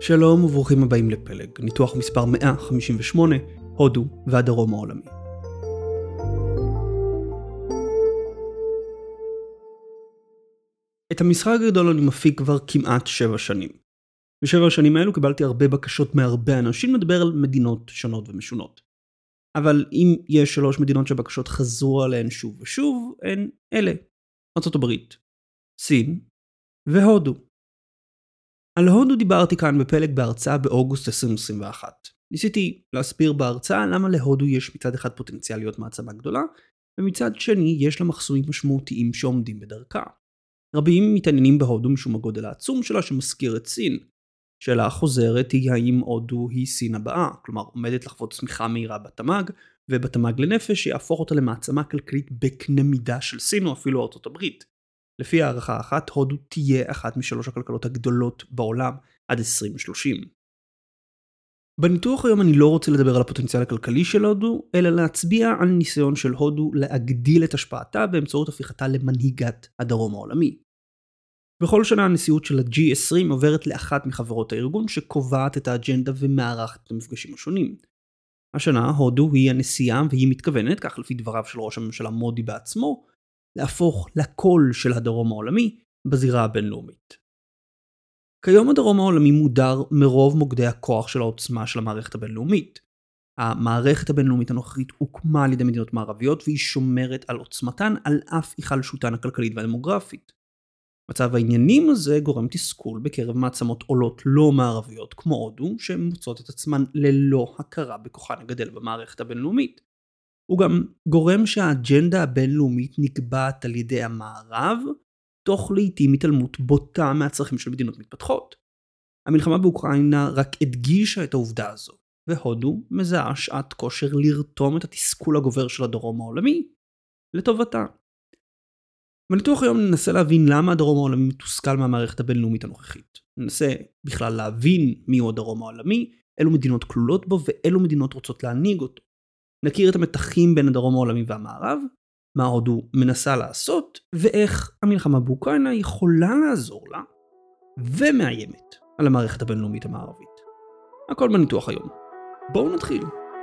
שלום וברוכים הבאים לפלג, ניתוח מספר 158, הודו והדרום העולמי. את המשחק הגדול אני מפיק כבר כמעט 7 שנים. ב7 השנים האלו קיבלתי הרבה בקשות מהרבה אנשים לדבר על מדינות שונות ומשונות. אבל אם יש 3 מדינות שהבקשות חזרו עליהן שוב ושוב, הן אלה: ארצות הברית, סין והודו. על הודו דיברתי כאן בפלג בהרצאה באוגוסט 2021. ניסיתי להסביר בהרצאה למה להודו יש מצד אחד פוטנציאל להיות מעצמה גדולה, ומצד שני יש לה מחסומים משמעותיים שעומדים בדרכה. רבים מתעניינים בהודו משום הגודל העצום שלה שמזכיר את סין. שאלה חוזרת היא האם הודו היא סין הבאה, כלומר עומדת לחוות צמיחה מהירה בתמ"ג, ובתמ"ג לנפש שיהפוך אותה למעצמה כלכלית בקנה מידה של סין או אפילו ארצות הברית. לפי הערכה אחת, הודו תהיה אחת מ3 הכלכלות הגדולות בעולם עד 2030. בניתוח היום אני לא רוצה לדבר על הפוטנציאל הכלכלי של הודו, אלא להצביע על ניסיון של הודו להגדיל את השפעתה באמצעות הפיכתה למנהיגת הדרום העולמי. בכל שנה הנשיאות של ה-G20 עוברת לאחת מחברות הארגון שקובעת את האג'נדה ומארחת את המפגשים השונים. השנה הודו היא הנשיאה והיא מתכוונת, כך לפי דבריו של ראש הממשלה מודי בעצמו, להפוך לקול של הדרום העולמי בזירה הבינלאומית. כיום הדרום העולמי מודר מרוב מוקדי הכוח של העוצמה של המערכת הבינלאומית. המערכת הבינלאומית הנוכחית הוקמה על ידי מדינות מערביות והיא שומרת על עוצמתן על אף היחלשותן הכלכלית והדמוגרפית. מצב העניינים הזה גורם תסכול בקרב מעצמות עולות לא מערביות כמו הודו, שהן מוצאות את עצמן ללא הכרה בכוחן הגדל במערכת הבינלאומית. הוא גם גורם שהאג'נדה הבינלאומית נקבעת על ידי המערב, תוך לעתים התעלמות בוטה מהצרכים של מדינות מתפתחות. המלחמה באוקראינה רק הדגישה את העובדה הזו, והודו מזהה שעת כושר לרתום את התסכול הגובר של הדרום העולמי לטובתה. בניתוח היום ננסה להבין למה הדרום העולמי מתוסכל מהמערכת הבינלאומית הנוכחית. ננסה בכלל להבין מיהו הדרום העולמי, אילו מדינות כלולות בו ואילו מדינות רוצות להנהיג אותו. נכיר את המתחים בין הדרום העולמי והמערב, מה הודו מנסה לעשות, ואיך המלחמה באוקראינה יכולה לעזור לה, ומאיימת על המערכת הבינלאומית המערבית. הכל בניתוח היום. בואו נתחיל.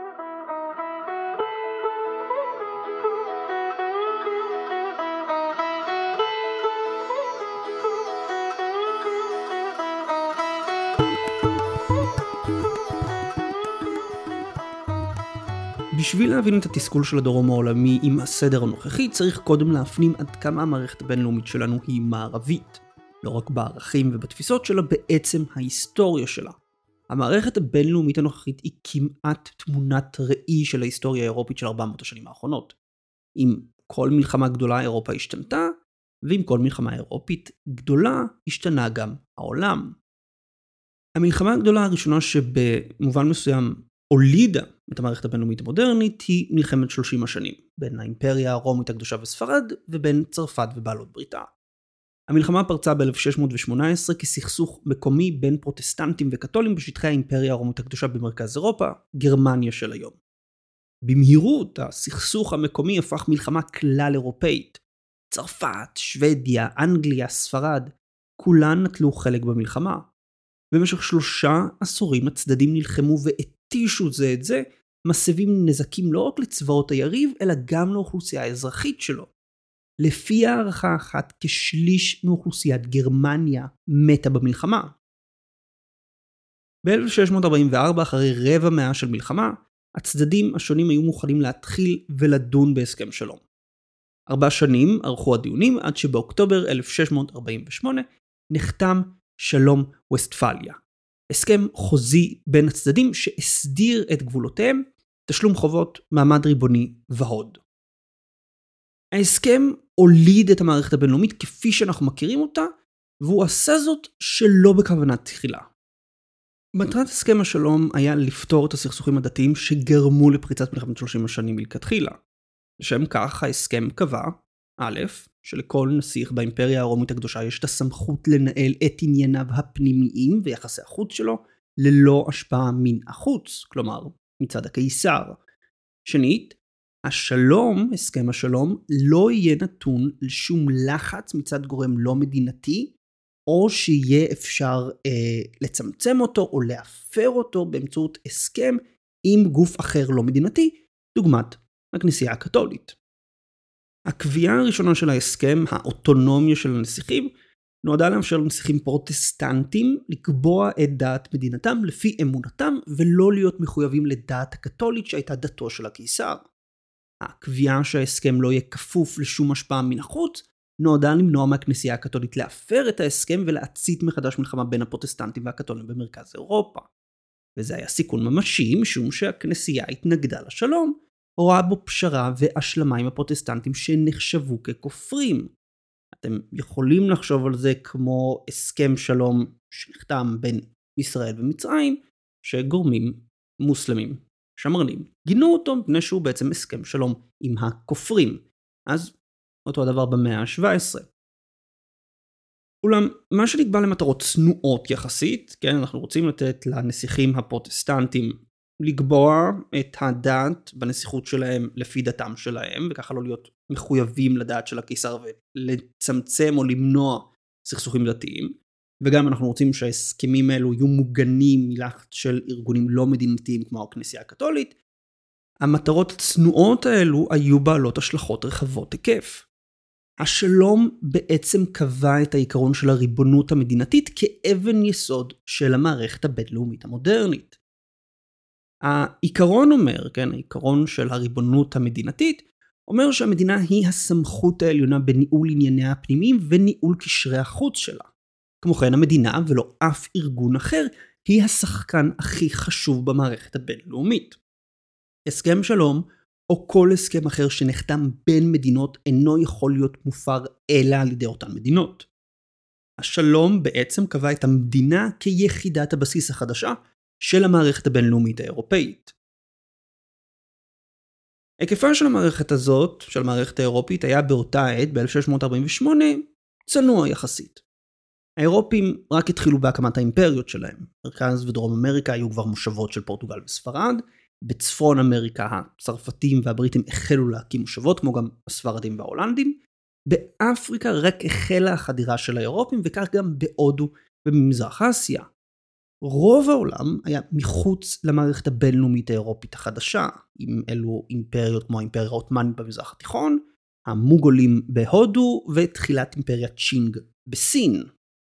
בשביל להבין את התסכול של הדרום העולמי עם הסדר הנוכחי, צריך קודם להפנים עד כמה המערכת הבינלאומית שלנו היא מערבית. לא רק בערכים ובתפיסות שלה, בעצם ההיסטוריה שלה. המערכת הבינלאומית הנוכחית היא כמעט תמונת ראי של ההיסטוריה האירופית של 400 השנים האחרונות. עם כל מלחמה גדולה אירופה השתנתה, ועם כל מלחמה אירופית גדולה השתנה גם העולם. המלחמה הגדולה הראשונה שבמובן מסוים הולידה את המערכת הבינלאומית המודרנית היא מלחמת 30 השנים, בין האימפריה הרומית הקדושה וספרד ובין צרפת ובעלות בריתה. המלחמה פרצה ב-1618 כסכסוך מקומי בין פרוטסטנטים וקתולים בשטחי האימפריה הרומית הקדושה במרכז אירופה, גרמניה של היום. במהירות הסכסוך המקומי הפך מלחמה כלל אירופאית. צרפת, שוודיה, אנגליה, ספרד, כולן נטלו חלק במלחמה. במשך 3 עשורים הצדדים נלחמו והתישו זה את זה, מסבים נזקים לא רק לצבאות היריב, אלא גם לאוכלוסייה האזרחית שלו. לפי הערכה אחת, כשליש מאוכלוסיית גרמניה מתה במלחמה. ב-1644, אחרי רבע מאה של מלחמה, הצדדים השונים היו מוכנים להתחיל ולדון בהסכם שלום. 4 שנים ערכו הדיונים עד שבאוקטובר 1648 נחתם שלום וסטפליה. הסכם חוזי בין הצדדים שהסדיר את גבולותיהם, תשלום חובות, מעמד ריבוני והוד. ההסכם הוליד את המערכת הבינלאומית כפי שאנחנו מכירים אותה, והוא עשה זאת שלא בכוונת תחילה. מטרת הסכם השלום היה לפתור את הסכסוכים הדתיים שגרמו לפריצת מלחמת 30 השנים מלכתחילה. לשם כך ההסכם קבע, א', שלכל נסיך באימפריה הרומית הקדושה יש את הסמכות לנהל את ענייניו הפנימיים ויחסי החוץ שלו ללא השפעה מן החוץ, כלומר מצד הקיסר. שנית, השלום, הסכם השלום, לא יהיה נתון לשום לחץ מצד גורם לא מדינתי או שיהיה אפשר לצמצם אותו או להפר אותו באמצעות הסכם עם גוף אחר לא מדינתי, דוגמת הכנסייה הקתולית. הקביעה הראשונה של ההסכם, האוטונומיה של הנסיכים, נועדה לאפשר לנסיכים פרוטסטנטים לקבוע את דעת מדינתם לפי אמונתם ולא להיות מחויבים לדעת הקתולית שהייתה דתו של הקיסר. הקביעה שההסכם לא יהיה כפוף לשום השפעה מן החוץ, נועדה למנוע מהכנסייה הקתולית להפר את ההסכם ולהצית מחדש מלחמה בין הפרוטסטנטים והקתולים במרכז אירופה. וזה היה סיכון ממשי משום שהכנסייה התנגדה לשלום, רואה בו פשרה והשלמה עם הפרוטסטנטים שנחשבו ככופרים. אתם יכולים לחשוב על זה כמו הסכם שלום שנחתם בין ישראל ומצרים, שגורמים מוסלמים שמרנים גינו אותו מפני שהוא בעצם הסכם שלום עם הכופרים. אז אותו הדבר במאה ה-17. אולם מה שנקבע למטרות צנועות יחסית, כן, אנחנו רוצים לתת לנסיכים הפרוטסטנטים לקבוע את הדת בנסיכות שלהם לפי דתם שלהם, וככה לא להיות מחויבים לדעת של הקיסר ולצמצם או למנוע סכסוכים דתיים. וגם אנחנו רוצים שההסכמים האלו יהיו מוגנים מלחץ של ארגונים לא מדינתיים כמו הכנסייה הקתולית. המטרות הצנועות האלו היו בעלות השלכות רחבות היקף. השלום בעצם קבע את העיקרון של הריבונות המדינתית כאבן יסוד של המערכת הבינלאומית המודרנית. העיקרון אומר, כן, העיקרון של הריבונות המדינתית, אומר שהמדינה היא הסמכות העליונה בניהול ענייניה הפנימיים וניהול קשרי החוץ שלה. כמו כן, המדינה ולא אף ארגון אחר היא השחקן הכי חשוב במערכת הבינלאומית. הסכם שלום או כל הסכם אחר שנחתם בין מדינות אינו יכול להיות מופר אלא על ידי אותן מדינות. השלום בעצם קבע את המדינה כיחידת הבסיס החדשה של המערכת הבינלאומית האירופאית. היקפה של המערכת הזאת, של המערכת האירופית, היה באותה עת, ב-1648, צנוע יחסית. האירופים רק התחילו בהקמת האימפריות שלהם. מרכז ודרום אמריקה היו כבר מושבות של פורטוגל וספרד, בצפון אמריקה הצרפתים והבריטים החלו להקים מושבות, כמו גם הספרדים וההולנדים. באפריקה רק החלה החדירה של האירופים, וכך גם בהודו ובמזרח אסיה. רוב העולם היה מחוץ למערכת הבינלאומית האירופית החדשה, עם אלו אימפריות כמו האימפריה העות'מאנית במזרח התיכון, המוגולים בהודו ותחילת אימפריית צ'ינג בסין.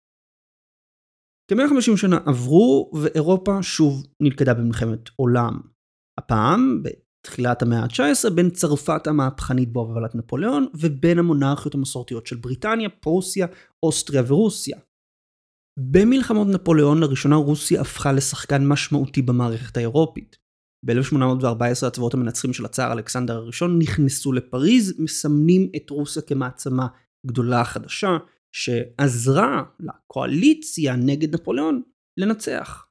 כ-150 שנה עברו ואירופה שוב נלכדה במלחמת עולם. הפעם, בתחילת המאה ה-19, בין צרפת המהפכנית בהובלת נפוליאון ובין המונרכיות המסורתיות של בריטניה, פרוסיה, אוסטריה ורוסיה. במלחמות נפוליאון לראשונה רוסיה הפכה לשחקן משמעותי במערכת האירופית. ב-1814 הצבאות המנצחים של הצאר אלכסנדר הראשון נכנסו לפריז, מסמנים את רוסיה כמעצמה גדולה חדשה, שעזרה לקואליציה נגד נפוליאון לנצח.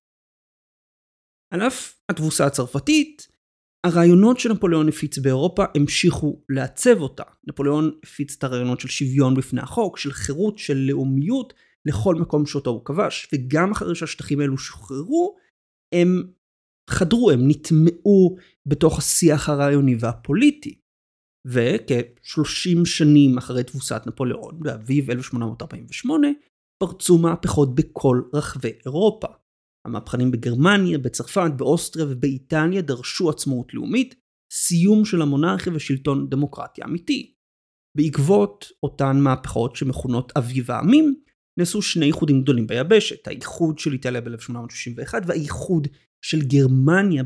על אף התבוסה הצרפתית, הרעיונות שנפוליאון הפיץ באירופה המשיכו לעצב אותה. נפוליאון הפיץ את הרעיונות של שוויון בפני החוק, של חירות, של לאומיות, לכל מקום שאותו הוא כבש, וגם אחרי שהשטחים האלו שוחררו, הם חדרו, הם נטמעו בתוך השיח הרעיוני והפוליטי. וכ-30 שנים אחרי תבוסת נפוליאון, באביב 1848, פרצו מהפכות בכל רחבי אירופה. המהפכנים בגרמניה, בצרפת, באוסטריה ובאיטליה דרשו עצמאות לאומית, סיום של המונרכיה ושלטון דמוקרטי אמיתי. בעקבות אותן מהפכות שמכונות אביב העמים, נעשו שני איחודים גדולים ביבשת, האיחוד של איטליה ב-1861 והאיחוד של גרמניה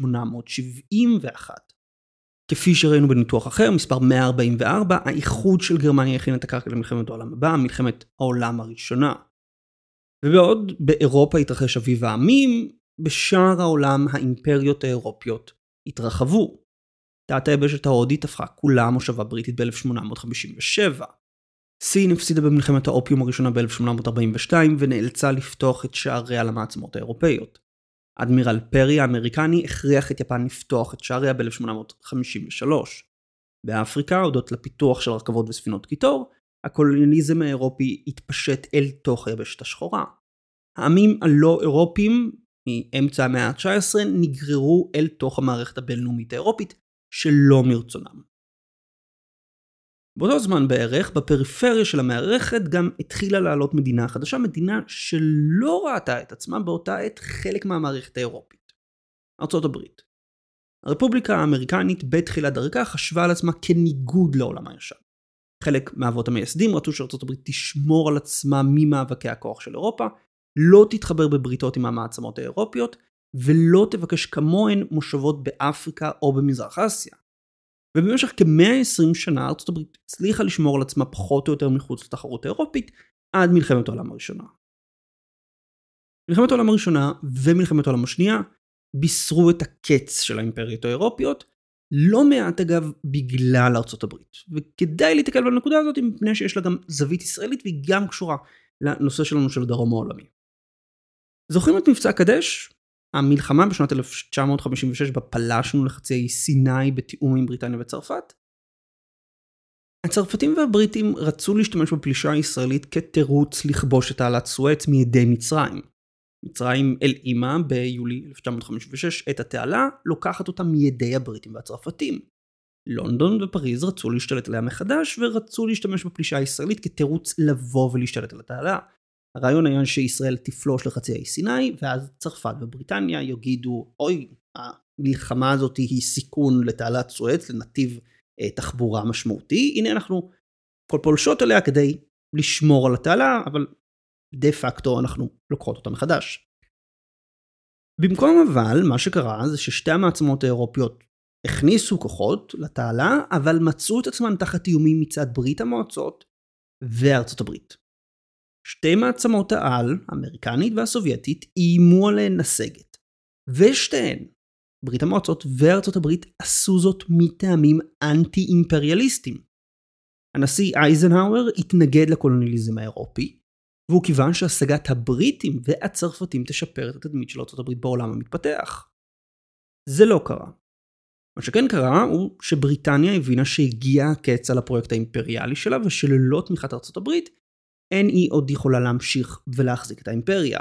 ב-1871. כפי שראינו בניתוח אחר, מספר 144, האיחוד של גרמניה הכין את הקרקע למלחמת העולם הבאה, מלחמת העולם הראשונה. ובעוד באירופה התרחש אביב העמים, בשאר העולם האימפריות האירופיות התרחבו. תת היבשת ההודית הפכה כולה מושבה בריטית ב-1857. סין הפסידה במלחמת האופיום הראשונה ב-1842 ונאלצה לפתוח את שעריה למעצמות האירופאיות. אדמירל פרי האמריקני הכריח את יפן לפתוח את שעריה ב-1853. באפריקה, הודות לפיתוח של רכבות וספינות קיטור, הקולוניאליזם האירופי התפשט אל תוך היבשת השחורה. העמים הלא אירופיים מאמצע המאה ה-19 נגררו אל תוך המערכת הבינלאומית האירופית שלא מרצונם. באותו זמן בערך, בפריפריה של המערכת גם התחילה לעלות מדינה חדשה, מדינה שלא ראתה את עצמה באותה עת חלק מהמערכת האירופית. ארצות הברית. הרפובליקה האמריקנית בתחילת דרכה חשבה על עצמה כניגוד לעולם הישן. חלק מהאבות המייסדים רצו שארצות הברית תשמור על עצמה ממאבקי הכוח של אירופה, לא תתחבר בבריתות עם המעצמות האירופיות, ולא תבקש כמוהן מושבות באפריקה או במזרח אסיה. ובמשך כ-120 שנה ארצות הברית הצליחה לשמור על עצמה פחות או יותר מחוץ לתחרות האירופית עד מלחמת העולם הראשונה. מלחמת העולם הראשונה ומלחמת העולם השנייה בישרו את הקץ של האימפריות האירופיות, לא מעט אגב בגלל ארצות הברית. וכדאי להתקל בנקודה הזאת מפני שיש לה גם זווית ישראלית והיא גם קשורה לנושא שלנו של הדרום העולמי. זוכרים את מבצע קדש? המלחמה בשנת 1956 בפלשנו לחצי סיני בתיאום עם בריטניה וצרפת. הצרפתים והבריטים רצו להשתמש בפלישה הישראלית כתירוץ לכבוש את תעלת סואץ מידי מצרים. מצרים הלאימה ביולי 1956 את התעלה, לוקחת אותה מידי הבריטים והצרפתים. לונדון ופריז רצו להשתלט עליה מחדש ורצו להשתמש בפלישה הישראלית כתירוץ לבוא ולהשתלט על התעלה. הרעיון היה שישראל תפלוש לחצי האי סיני, ואז צרפת ובריטניה יגידו, אוי, המלחמה הזאת היא סיכון לתעלת סואץ, לנתיב תחבורה משמעותי, הנה אנחנו כל פולשות עליה כדי לשמור על התעלה, אבל דה פקטו אנחנו לוקחות אותה מחדש. במקום אבל, מה שקרה זה ששתי המעצמות האירופיות הכניסו כוחות לתעלה, אבל מצאו את עצמן תחת איומים מצד ברית המועצות וארצות הברית. שתי מעצמות העל, האמריקנית והסובייטית, איימו עליהן לסגת. ושתיהן, ברית המועצות וארצות הברית, עשו זאת מטעמים אנטי-אימפריאליסטיים. הנשיא אייזנהאואר התנגד לקולוניאליזם האירופי, והוא כיוון שהשגת הבריטים והצרפתים תשפר את התדמית של ארצות הברית בעולם המתפתח. זה לא קרה. מה שכן קרה הוא שבריטניה הבינה שהגיע הקץ על הפרויקט האימפריאלי שלה, ושללא תמיכת ארצות הברית, אין היא עוד יכולה להמשיך ולהחזיק את האימפריה.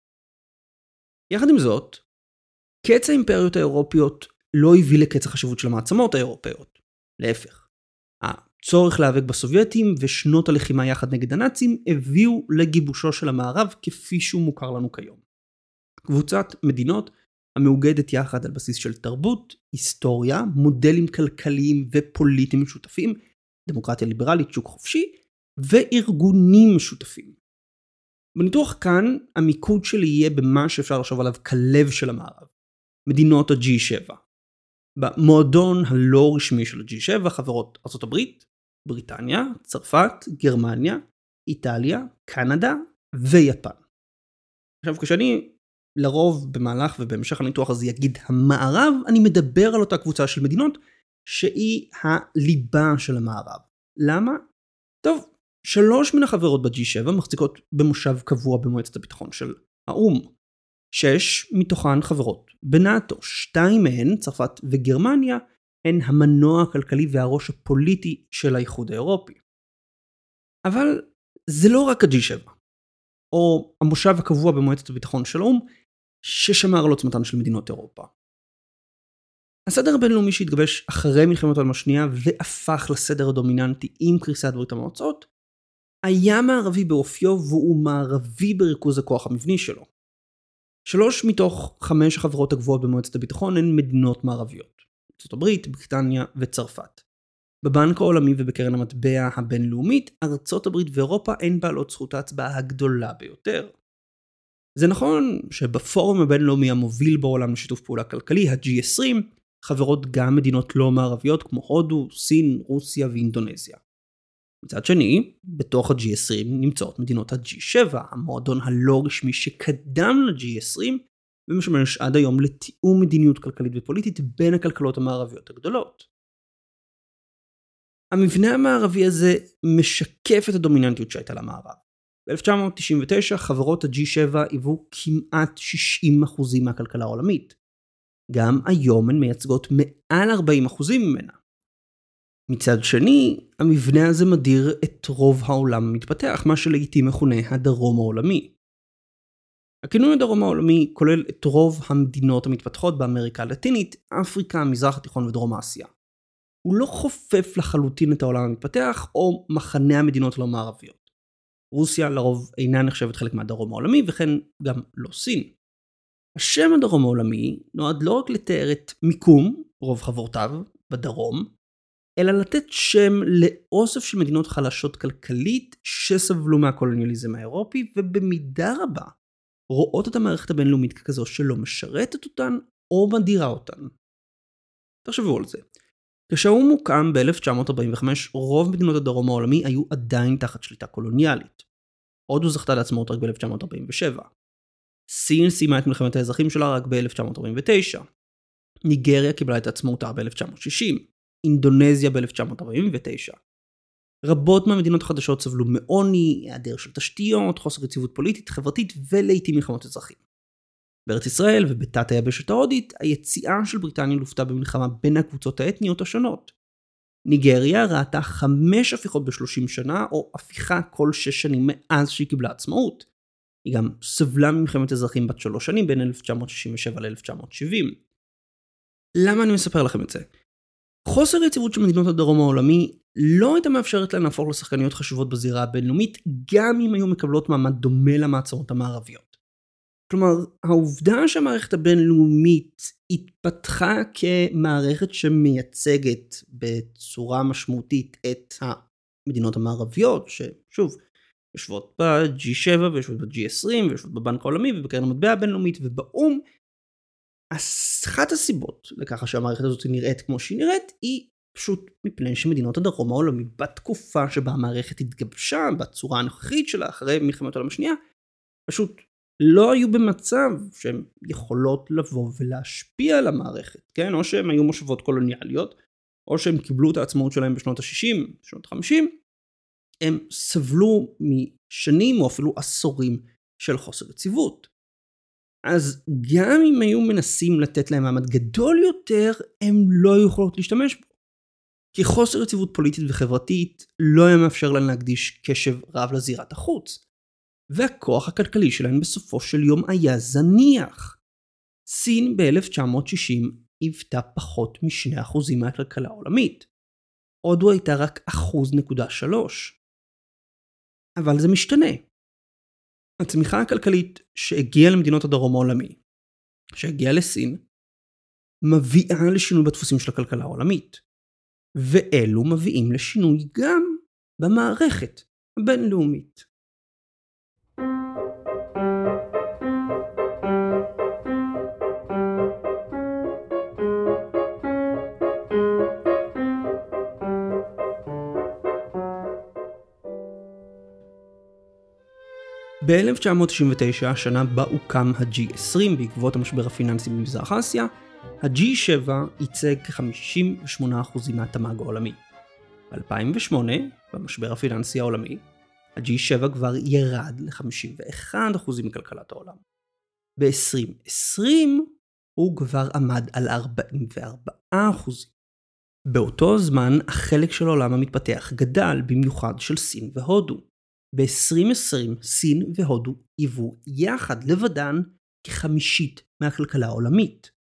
יחד עם זאת, קץ האימפריות האירופיות לא הביא לקץ החשיבות של המעצמות האירופיות. להפך. הצורך להיאבק בסובייטים ושנות הלחימה יחד נגד הנאצים הביאו לגיבושו של המערב כפי שהוא מוכר לנו כיום. קבוצת מדינות המאוגדת יחד על בסיס של תרבות, היסטוריה, מודלים כלכליים ופוליטיים משותפים, דמוקרטיה ליברלית, שוק חופשי, וארגונים משותפים. בניתוח כאן, המיקוד שלי יהיה במה שאפשר לחשוב עליו כלב של המערב. מדינות ה-G7. במועדון הלא רשמי של ה-G7 חברות ארצות הברית, בריטניה, צרפת, גרמניה, איטליה, קנדה ויפן. עכשיו כשאני לרוב במהלך ובהמשך הניתוח הזה יגיד המערב, אני מדבר על אותה קבוצה של מדינות שהיא הליבה של המערב. למה? טוב, 3 מן החברות ב-G7 מחזיקות במושב קבוע במועצת הביטחון של האו"ם. 6 מתוכן חברות בנאטו, 2 מהן, צרפת וגרמניה, הן המנוע הכלכלי והראש הפוליטי של האיחוד האירופי. אבל זה לא רק ה-G7, או המושב הקבוע במועצת הביטחון של האו"ם, ששמר על עוצמתן של מדינות אירופה. הסדר הבינלאומי שהתגבש אחרי מלחמת העולם השנייה והפך לסדר הדומיננטי עם קריסת ברית המועצות, היה מערבי באופיו והוא מערבי בריכוז הכוח המבני שלו. 3 מתוך 5 החברות הגבוהות במועצת הביטחון הן מדינות מערביות. ארצות הברית, בריטניה וצרפת. בבנק העולמי ובקרן המטבע הבינלאומית, ארצות הברית ואירופה הן בעלות זכות ההצבעה הגדולה ביותר. זה נכון שבפורום הבינלאומי המוביל בעולם לשיתוף פעולה כלכלי, ה-G20, חברות גם מדינות לא מערביות כמו הודו, סין, רוסיה ואינדונזיה. מצד שני, בתוך ה-G20 נמצאות מדינות ה-G7, המועדון הלא רשמי שקדם ל-G20, ומשמש עד היום לתיאום מדיניות כלכלית ופוליטית בין הכלכלות המערביות הגדולות. המבנה המערבי הזה משקף את הדומיננטיות שהייתה למערב. ב-1999 חברות ה-G7 היוו כמעט 60% מהכלכלה העולמית. גם היום הן מייצגות מעל 40% ממנה. מצד שני, המבנה הזה מדיר את רוב העולם המתפתח, מה שלעיתים מכונה הדרום העולמי. הכינוי הדרום העולמי כולל את רוב המדינות המתפתחות באמריקה הלטינית, אפריקה, מזרח התיכון ודרום אסיה. הוא לא חופף לחלוטין את העולם המתפתח או מחנה המדינות לא מערביות. רוסיה לרוב אינה נחשבת חלק מהדרום העולמי וכן גם לא סין. השם הדרום העולמי נועד לא רק לתאר את מיקום רוב חברותיו בדרום, אלא לתת שם לאוסף של מדינות חלשות כלכלית שסבלו מהקולוניאליזם האירופי ובמידה רבה רואות את המערכת הבינלאומית ככזו שלא משרתת אותן או מדירה אותן. תחשבו על זה. כשהאו"ם הוקם ב-1945 רוב מדינות הדרום העולמי היו עדיין תחת שליטה קולוניאלית. הודו זכתה לעצמאות רק ב-1947. סין סיימה את מלחמת האזרחים שלה רק ב-1949. ניגריה קיבלה את עצמאותה ב-1960. אינדונזיה ב-1949. רבות מהמדינות החדשות סבלו מעוני, היעדר של תשתיות, חוסר יציבות פוליטית, חברתית ולעיתים מלחמות אזרחים. בארץ ישראל ובתת היבשת ההודית, היציאה של בריטניה לוותה במלחמה בין הקבוצות האתניות השונות. ניגריה ראתה 5 הפיכות ב-30 שנה, או הפיכה כל 6 שנים מאז שהיא קיבלה עצמאות. היא גם סבלה ממלחמת אזרחים בת 3 שנים בין 1967 ל-1970. למה אני מספר לכם את זה? חוסר יציבות של מדינות הדרום העולמי לא הייתה מאפשרת להן להפוך לשחקניות חשובות בזירה הבינלאומית, גם אם היו מקבלות מעמד דומה למעצמות המערביות. כלומר, העובדה שהמערכת הבינלאומית התפתחה כמערכת שמייצגת בצורה משמעותית את המדינות המערביות, ששוב, יושבות ב-G7 ויושבות ב-G20 ויושבות בבנק העולמי ובקרן המטבע הבינלאומית ובאו"ם, אחת הסיבות לככה שהמערכת הזאת נראית כמו שהיא נראית, היא פשוט מפני שמדינות הדרום העולמי בתקופה שבה המערכת התגבשה בצורה הנוכחית שלה אחרי מלחמת העולם השנייה, פשוט לא היו במצב שהן יכולות לבוא ולהשפיע על המערכת, כן? או שהן היו מושבות קולוניאליות, או שהן קיבלו את העצמאות שלהם בשנות ה-60, בשנות ה-50, הם סבלו משנים או אפילו עשורים של חוסר יציבות. אז גם אם היו מנסים לתת להם מעמד גדול יותר, הם לא יכולות להשתמש בו. כי חוסר יציבות פוליטית וחברתית לא היה מאפשר להם להקדיש קשב רב לזירת החוץ. והכוח הכלכלי שלהם בסופו של יום היה זניח. סין ב-1960 היוותה פחות מ2% מהכלכלה העולמית. הודו הייתה רק 1.3%. אבל זה משתנה. הצמיחה הכלכלית שהגיעה למדינות הדרום העולמי, שהגיעה לסין, מביאה לשינוי בדפוסים של הכלכלה העולמית. ואלו מביאים לשינוי גם במערכת הבינלאומית. ב-1999, השנה בה הוקם ה-G20 בעקבות המשבר הפיננסי במזרח אסיה, ה-G7 ייצג כ-58% מהתמ"ג העולמי. ב-2008, במשבר הפיננסי העולמי, ה-G7 כבר ירד ל-51% מכלכלת העולם. ב-2020 הוא כבר עמד על 44%. באותו זמן החלק של העולם המתפתח גדל, במיוחד של סין והודו. ב-2020 סין והודו היוו יחד לבדן כ50% מהכלכלה העולמית.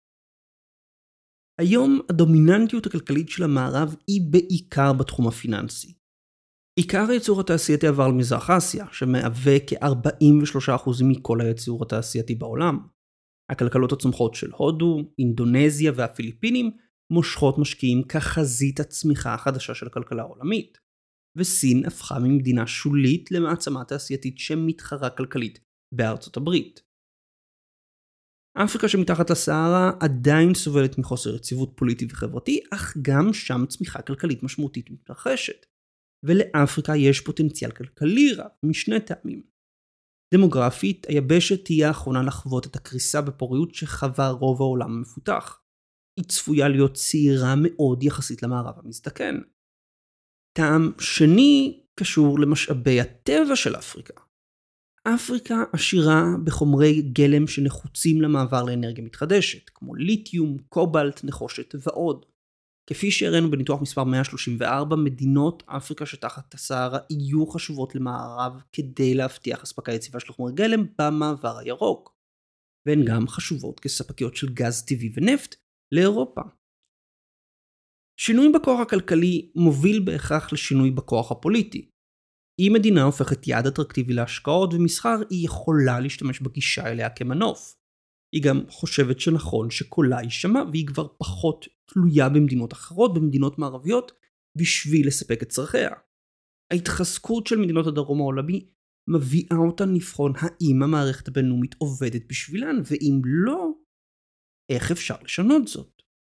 היום הדומיננטיות הכלכלית של המערב היא בעיקר בתחום הפיננסי. עיקר הייצור התעשייתי עבר למזרח אסיה, שמהווה כ-43% מכל הייצור התעשייתי בעולם. הכלכלות הצומחות של הודו, אינדונזיה והפיליפינים מושכות משקיעים כחזית הצמיחה החדשה של הכלכלה העולמית. וסין הפכה ממדינה שולית למעצמה תעשייתית שמתחרה כלכלית בארצות הברית. אפריקה שמתחת לסהרה עדיין סובלת מחוסר יציבות פוליטי וחברתי, אך גם שם צמיחה כלכלית משמעותית מתרחשת. ולאפריקה יש פוטנציאל כלכלי רב משני טעמים. דמוגרפית, היבשת תהיה האחרונה לחוות את הקריסה בפוריות שחווה רוב העולם המפותח. היא צפויה להיות צעירה מאוד יחסית למערב המזדקן. טעם שני קשור למשאבי הטבע של אפריקה. אפריקה עשירה בחומרי גלם שנחוצים למעבר לאנרגיה מתחדשת, כמו ליתיום, קובלט, נחושת ועוד. כפי שהראינו בניתוח מספר 134, מדינות אפריקה שתחת הסהרה יהיו חשובות למערב כדי להבטיח אספקה יציבה של חומרי גלם במעבר הירוק. והן גם חשובות כספקיות של גז טבעי ונפט לאירופה. שינוי בכוח הכלכלי מוביל בהכרח לשינוי בכוח הפוליטי. אם מדינה הופכת יעד אטרקטיבי להשקעות ומסחר, היא יכולה להשתמש בגישה אליה כמנוף. היא גם חושבת שנכון שקולה יישמע, והיא כבר פחות תלויה במדינות אחרות, במדינות מערביות, בשביל לספק את צרכיה. ההתחזקות של מדינות הדרום העולמי מביאה אותן לבחון האם המערכת הבינלאומית עובדת בשבילן, ואם לא, איך אפשר לשנות זאת?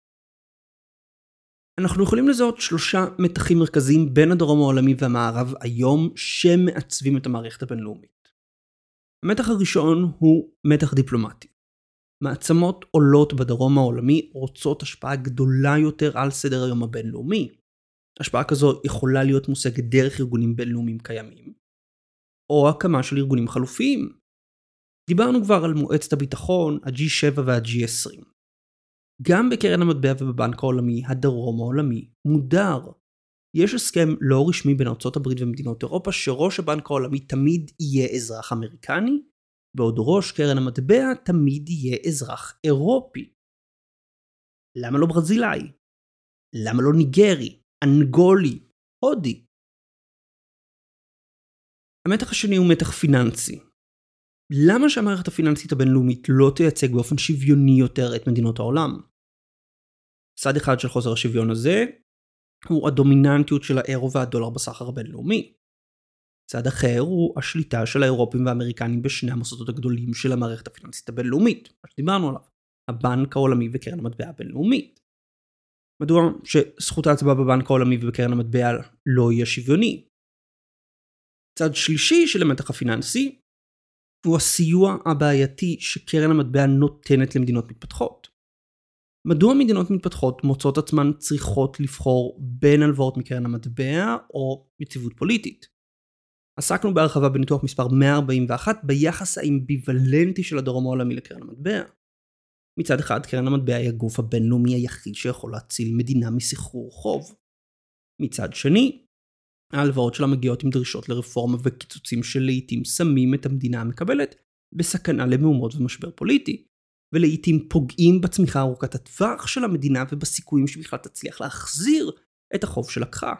אנחנו יכולים לזהות 3 מתחים מרכזיים בין הדרום העולמי והמערב היום שמעצבים את המערכת הבינלאומית. המתח הראשון הוא מתח דיפלומטי. מעצמות עולות בדרום העולמי רוצות השפעה גדולה יותר על סדר היום הבינלאומי. השפעה כזו יכולה להיות מושגת דרך ארגונים בינלאומיים קיימים, או הקמה של ארגונים חלופיים. דיברנו כבר על מועצת הביטחון, ה-G7 וה-G20. גם בקרן המטבע ובבנק העולמי, הדרום העולמי מודר. יש הסכם לא רשמי בין ארצות הברית ומדינות אירופה שראש הבנק העולמי תמיד יהיה אזרח אמריקני, בעוד ראש קרן המטבע תמיד יהיה אזרח אירופי. למה לא ברזילאי? למה לא ניגרי, אנגולי, הודי? המתח השני הוא מתח פיננסי. למה שהמערכת הפיננסית הבינלאומית לא תייצג באופן שוויוני יותר את מדינות העולם? צד אחד של חוסר השוויון הזה הוא הדומיננטיות של האירו והדולר בסחר הבינלאומי. צד אחר הוא השליטה של האירופים והאמריקנים בשני המוסדות הגדולים של המערכת הפיננסית הבינלאומית, מה שדיברנו עליו, הבנק העולמי וקרן המטבע הבינלאומית. מדוע שזכות ההצבעה בבנק העולמי ובקרן המטבע לא יהיה שוויוני? צד שלישי של המתח הפיננסי הוא הסיוע הבעייתי שקרן המטבע נותנת למדינות מתפתחות. מדוע מדינות מתפתחות מוצאות עצמן צריכות לבחור בין הלוואות מקרן המטבע או יציבות פוליטית? עסקנו בהרחבה בניתוח מספר 141 ביחס האמביוולנטי של הדרום העולמי לקרן המטבע. מצד אחד, קרן המטבע היא הגוף הבינלאומי היחיד שיכול להציל מדינה מסחרור חוב. מצד שני, ההלוואות שלה מגיעות עם דרישות לרפורמה וקיצוצים שלעיתים שמים את המדינה המקבלת בסכנה למהומות ומשבר פוליטי, ולעיתים פוגעים בצמיחה ארוכת הטווח של המדינה ובסיכויים שבכלל תצליח להחזיר את החוב שלקחה.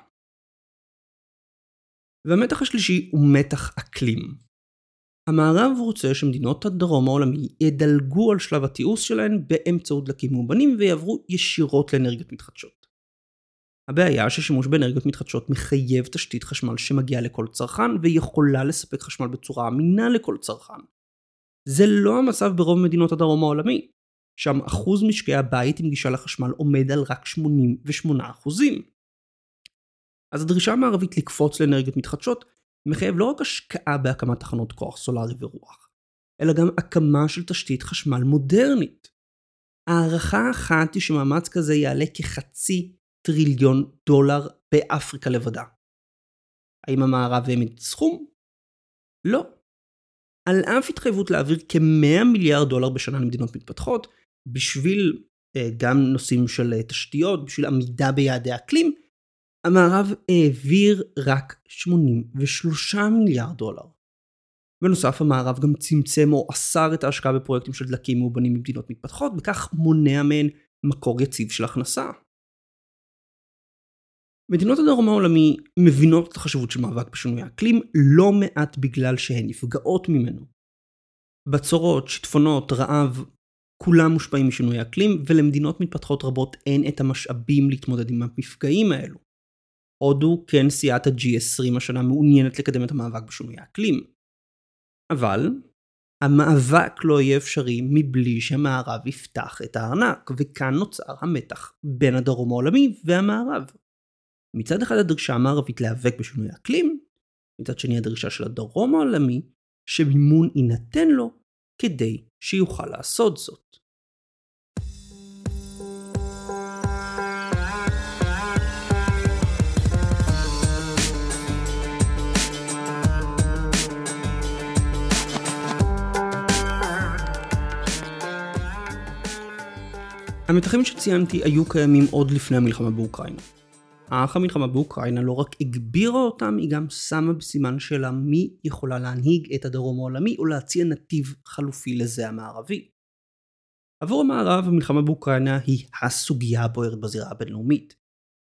והמתח השלישי הוא מתח אקלים. המערב רוצה שמדינות הדרום העולמי ידלגו על שלב התיעוש שלהן באמצעות דלקים מאובנים ויעברו ישירות לאנרגיות מתחדשות. הבעיה ששימוש באנרגיות מתחדשות מחייב תשתית חשמל שמגיעה לכל צרכן ויכולה לספק חשמל בצורה אמינה לכל צרכן. זה לא המצב ברוב מדינות הדרום העולמי, שם אחוז משקי הבית עם גישה לחשמל עומד על רק 88%. אז הדרישה המערבית לקפוץ לאנרגיות מתחדשות מחייב לא רק השקעה בהקמת תחנות כוח סולרי ורוח, אלא גם הקמה של תשתית חשמל מודרנית. הערכה אחת היא שמאמץ כזה יעלה כ$0.5 טריליון באפריקה לבדה. האם המערב העמיד סכום? לא. על אף התחייבות להעביר כ$100 מיליארד בשנה למדינות מתפתחות, בשביל גם נושאים של תשתיות, בשביל עמידה ביעדי אקלים, המערב העביר רק $83 מיליארד. בנוסף, המערב גם צמצם או אסר את ההשקעה בפרויקטים של דלקים מאובנים במדינות מתפתחות, וכך מונע מהן מקור יציב של הכנסה. מדינות הדרום העולמי מבינות את החשיבות של מאבק בשינוי האקלים לא מעט בגלל שהן נפגעות ממנו. בצורות, שיטפונות, רעב, כולם מושפעים משינוי האקלים, ולמדינות מתפתחות רבות אין את המשאבים להתמודד עם המפגעים האלו. הודו, כנשיאת ה-G20 השנה מעוניינת לקדם את המאבק בשינוי האקלים. אבל המאבק לא יהיה אפשרי מבלי שהמערב יפתח את הארנק, וכאן נוצר המתח בין הדרום העולמי והמערב. מצד אחד הדרישה המערבית להיאבק בשינוי האקלים, מצד שני הדרישה של הדרום העולמי שמימון יינתן לו כדי שיוכל לעשות זאת. המתחים שציינתי היו קיימים עוד לפני המלחמה באוקראינה. אך המלחמה באוקראינה לא רק הגבירה אותם, היא גם שמה בסימן שאלה מי יכולה להנהיג את הדרום העולמי או להציע נתיב חלופי לזה המערבי. עבור המערב, המלחמה באוקראינה היא הסוגיה הבוערת בזירה הבינלאומית.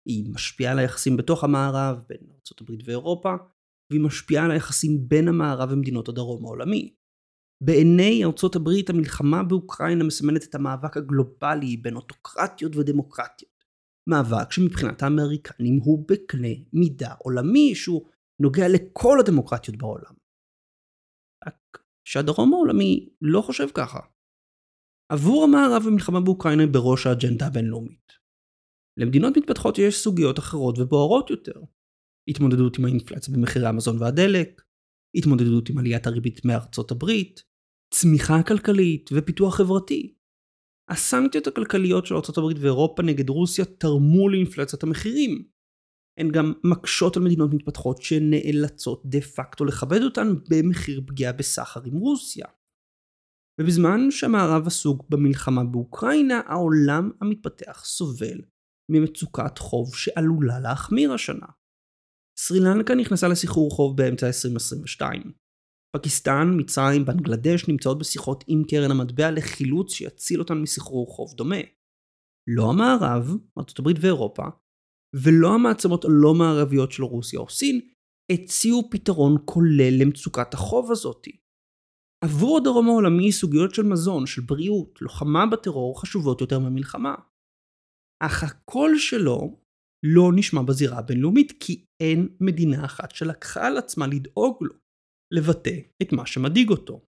היא משפיעה על היחסים בתוך המערב, בין ארצות הברית ואירופה, והיא משפיעה על היחסים בין המערב ומדינות הדרום העולמי. בעיני ארצות הברית המלחמה באוקראינה מסמנת את המאבק הגלובלי בין אוטוקרטיות ודמוקרטיות. מאבק שמבחינת האמריקנים הוא בקנה מידה עולמי שהוא נוגע לכל הדמוקרטיות בעולם. רק שהדרום העולמי לא חושב ככה. עבור המערב המלחמה באוקראינה בראש האג'נדה הבינלאומית. למדינות מתפתחות יש סוגיות אחרות ובוערות יותר. התמודדות עם האינפלציה במחירי המזון והדלק, התמודדות עם עליית הריבית מארצות הברית, צמיחה כלכלית ופיתוח חברתי. הסנקציות הכלכליות של ארצות הברית ואירופה נגד רוסיה תרמו לאינפלציית המחירים. הן גם מקשות על מדינות מתפתחות שנאלצות דה פקטו לכבד אותן במחיר פגיעה בסחר עם רוסיה. ובזמן שהמערב עסוק במלחמה באוקראינה, העולם המתפתח סובל ממצוקת חוב שעלולה להחמיר השנה. סרי לנקה נכנסה לסחרור חוב באמצע 2022. פקיסטן, מצרים, בנגלדש נמצאות בשיחות עם קרן המטבע לחילוץ שיציל אותן מסחרור חוב דומה. לא המערב, ארצות הברית ואירופה, ולא המעצמות הלא מערביות של רוסיה או סין, הציעו פתרון כולל למצוקת החוב הזאת. עבור הדרום העולמי סוגיות של מזון, של בריאות, לוחמה בטרור חשובות יותר ממלחמה. אך הקול שלו לא נשמע בזירה הבינלאומית כי אין מדינה אחת שלקחה על עצמה לדאוג לו, לבטא את מה שמדאיג אותו.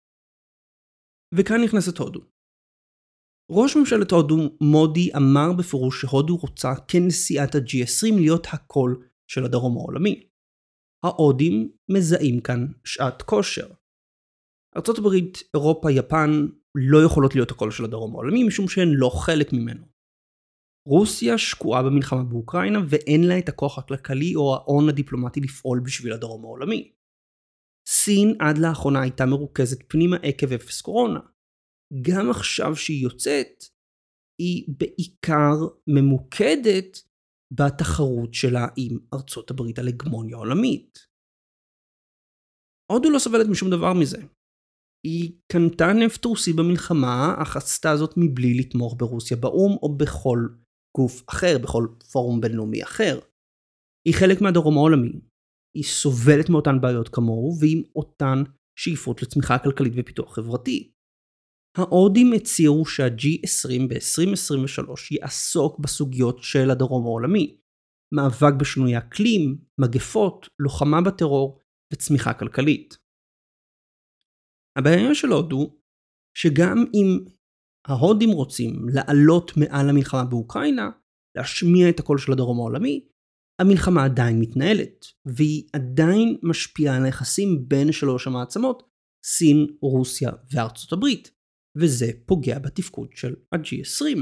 וכאן נכנסת הודו. ראש ממשלת הודו מודי אמר בפירוש שהודו רוצה כנשיאת ה-G20 להיות הקול של הדרום העולמי. ההודים מזהים כאן שעת כושר. ארצות הברית, אירופה, יפן לא יכולות להיות הקול של הדרום העולמי משום שהן לא חלק ממנו. רוסיה שקועה במלחמה באוקראינה ואין לה את הכוח הכלכלי או ההון הדיפלומטי לפעול בשביל הדרום העולמי. סין עד לאחרונה הייתה מרוכזת פנימה עקב אפס קורונה. גם עכשיו שהיא יוצאת, היא בעיקר ממוקדת בתחרות שלה עם ארצות הברית על הגמוניה עולמית. הודו לא סובלת משום דבר מזה. היא קנתה נפט רוסי במלחמה, אך עשתה זאת מבלי לתמוך ברוסיה באום או בכל גוף אחר, בכל פורום בינלאומי אחר. היא חלק מהדרום העולמי. היא סובלת מאותן בעיות כמוהו, ועם אותן שאיפות לצמיחה כלכלית ופיתוח חברתי. ההודים הציעו שה-G20 ב-2023 יעסוק בסוגיות של הדרום העולמי, מאבק בשינוי אקלים, מגפות, לוחמה בטרור וצמיחה כלכלית. הבעיה של הודו, שגם אם ההודים רוצים לעלות מעל המלחמה באוקראינה, להשמיע את הקול של הדרום העולמי, המלחמה עדיין מתנהלת, והיא עדיין משפיעה על היחסים בין שלוש המעצמות, סין, רוסיה וארצות הברית, וזה פוגע בתפקוד של ה-G20.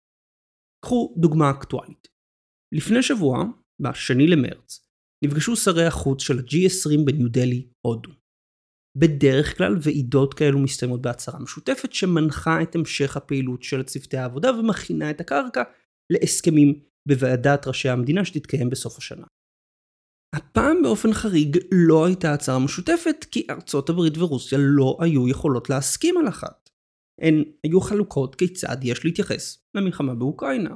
קחו דוגמה אקטואלית. לפני שבוע, ב-2 למרץ, נפגשו שרי החוץ של ה-G20 בניו דלהי, הודו. בדרך כלל ועידות כאלו מסתיימות בהצהרה משותפת שמנחה את המשך הפעילות של צוותי העבודה ומכינה את הקרקע להסכמים בוועדת ראשי המדינה שתתקיים בסוף השנה. הפעם באופן חריג לא הייתה הצהרה משותפת כי ארצות הברית ורוסיה לא היו יכולות להסכים על אחת. הן היו חלוקות כיצד יש להתייחס למלחמה באוקראינה.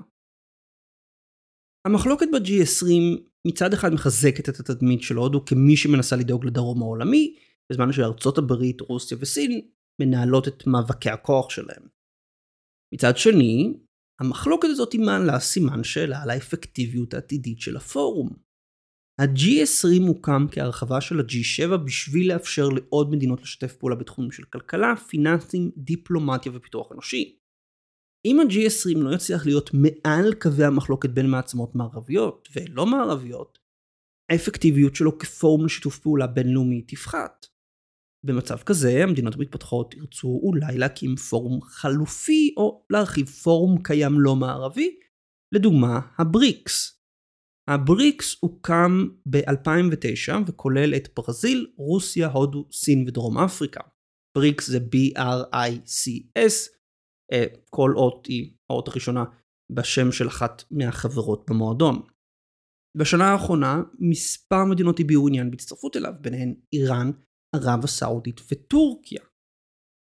המחלוקת ב-G20 מצד אחד מחזקת את התדמית של הודו כמי שמנסה לדאוג לדרום העולמי, בזמן שארצות הברית, רוסיה וסין מנהלות את מאבקי הכוח שלהם. מצד שני, המחלוקת הזאת מעלה סימן שאלה על האפקטיביות העתידית של הפורום. ה-G20 מוקם כהרחבה של ה-G7 בשביל לאפשר לעוד מדינות לשתף פעולה בתחומים של כלכלה, פיננסים, דיפלומטיה ופיתוח אנושי. אם ה-G20 לא יצליח להיות מעל קווי המחלוקת בין מעצמות מערביות ולא מערביות, האפקטיביות שלו כפורום לשיתוף פעולה בינלאומי תפחת. במצב כזה, המדינות המתפתחות ירצו אולי להקים פורום חלופי או להרחיב פורום קיים לא מערבי, לדוגמה הבריקס. הבריקס הוקם ב-2009 וכולל את ברזיל, רוסיה, הודו, סין ודרום אפריקה. בריקס זה BRICS, כל אות היא האות הראשונה בשם של אחת מהחברות במועדון. בשנה האחרונה מספר מדינות הביעו עניין בהצטרפות אליו, ביניהן איראן, ערב הסעודית וטורקיה.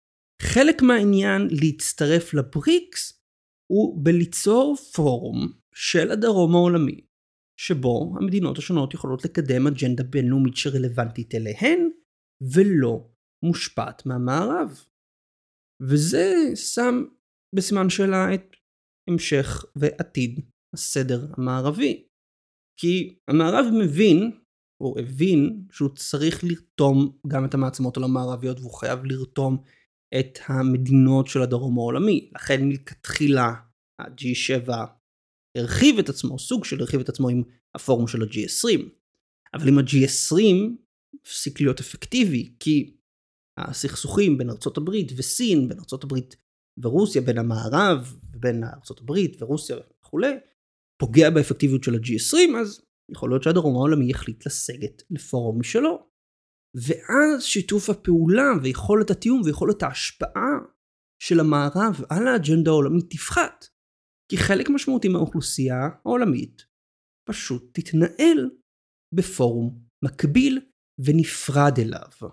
חלק מהעניין להצטרף לבריקס הוא בליצור פורום של הדרום העולמי, שבו המדינות השונות יכולות לקדם אג'נדה בינלאומית שרלוונטית אליהן, ולא מושפעת מהמערב. וזה שם בסימן שאלה את המשך ועתיד הסדר המערבי. כי המערב מבין, או הבין, שהוא צריך לרתום גם את המעצמות המערביות, והוא חייב לרתום את המדינות של הדרום העולמי. לכן מלכתחילה ה-G7 הרחיב את עצמו, סוג של הרחיב את עצמו עם הפורום של ה-G20. אבל אם ה-G20 הפסיק להיות אפקטיבי, כי הסכסוכים בין ארצות הברית וסין, בין ארצות הברית ורוסיה, בין המערב ובין ארצות הברית ורוסיה וכו', פוגע באפקטיביות של ה-G20, אז יכול להיות שהדרום העולמי יחליט לסגת לפורום משלו. ואז שיתוף הפעולה ויכולת התיאום ויכולת ההשפעה של המערב על האג'נדה העולמית תפחת. כי חלק משמעותי מהאוכלוסייה העולמית פשוט תתנהל בפורום מקביל ונפרד אליו.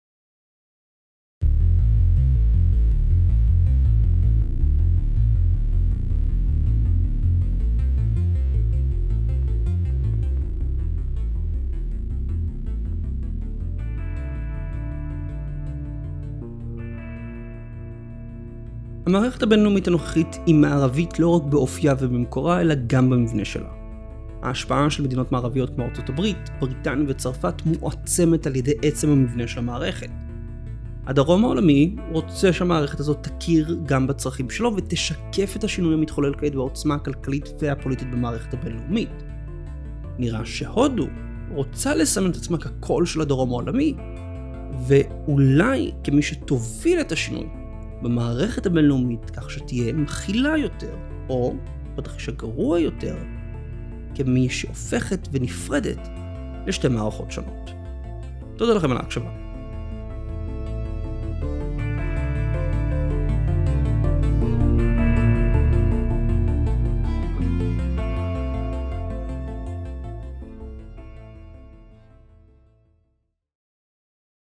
המערכת הבינלאומית הנוכחית היא מערבית לא רק באופייה ובמקורה, אלא גם במבנה שלה. ההשפעה של מדינות מערביות כמו ארצות הברית, בריטניה וצרפת מועצמת על ידי עצם המבנה של המערכת. הדרום העולמי רוצה שהמערכת הזאת תכיר גם בצרכים שלו ותשקף את השינוי המתחולל כעת בעוצמה הכלכלית והפוליטית במערכת הבינלאומית. נראה שהודו רוצה לסמן את עצמה כקול של הדרום העולמי, ואולי כמי שתוביל את השינוי במערכת הבינלאומית כך שתהיה מכילה יותר, או בתרחיש הגרוע יותר, כמי שהופכת ונפרדת לשתי מערכות שונות. תודה לכם על ההקשבה.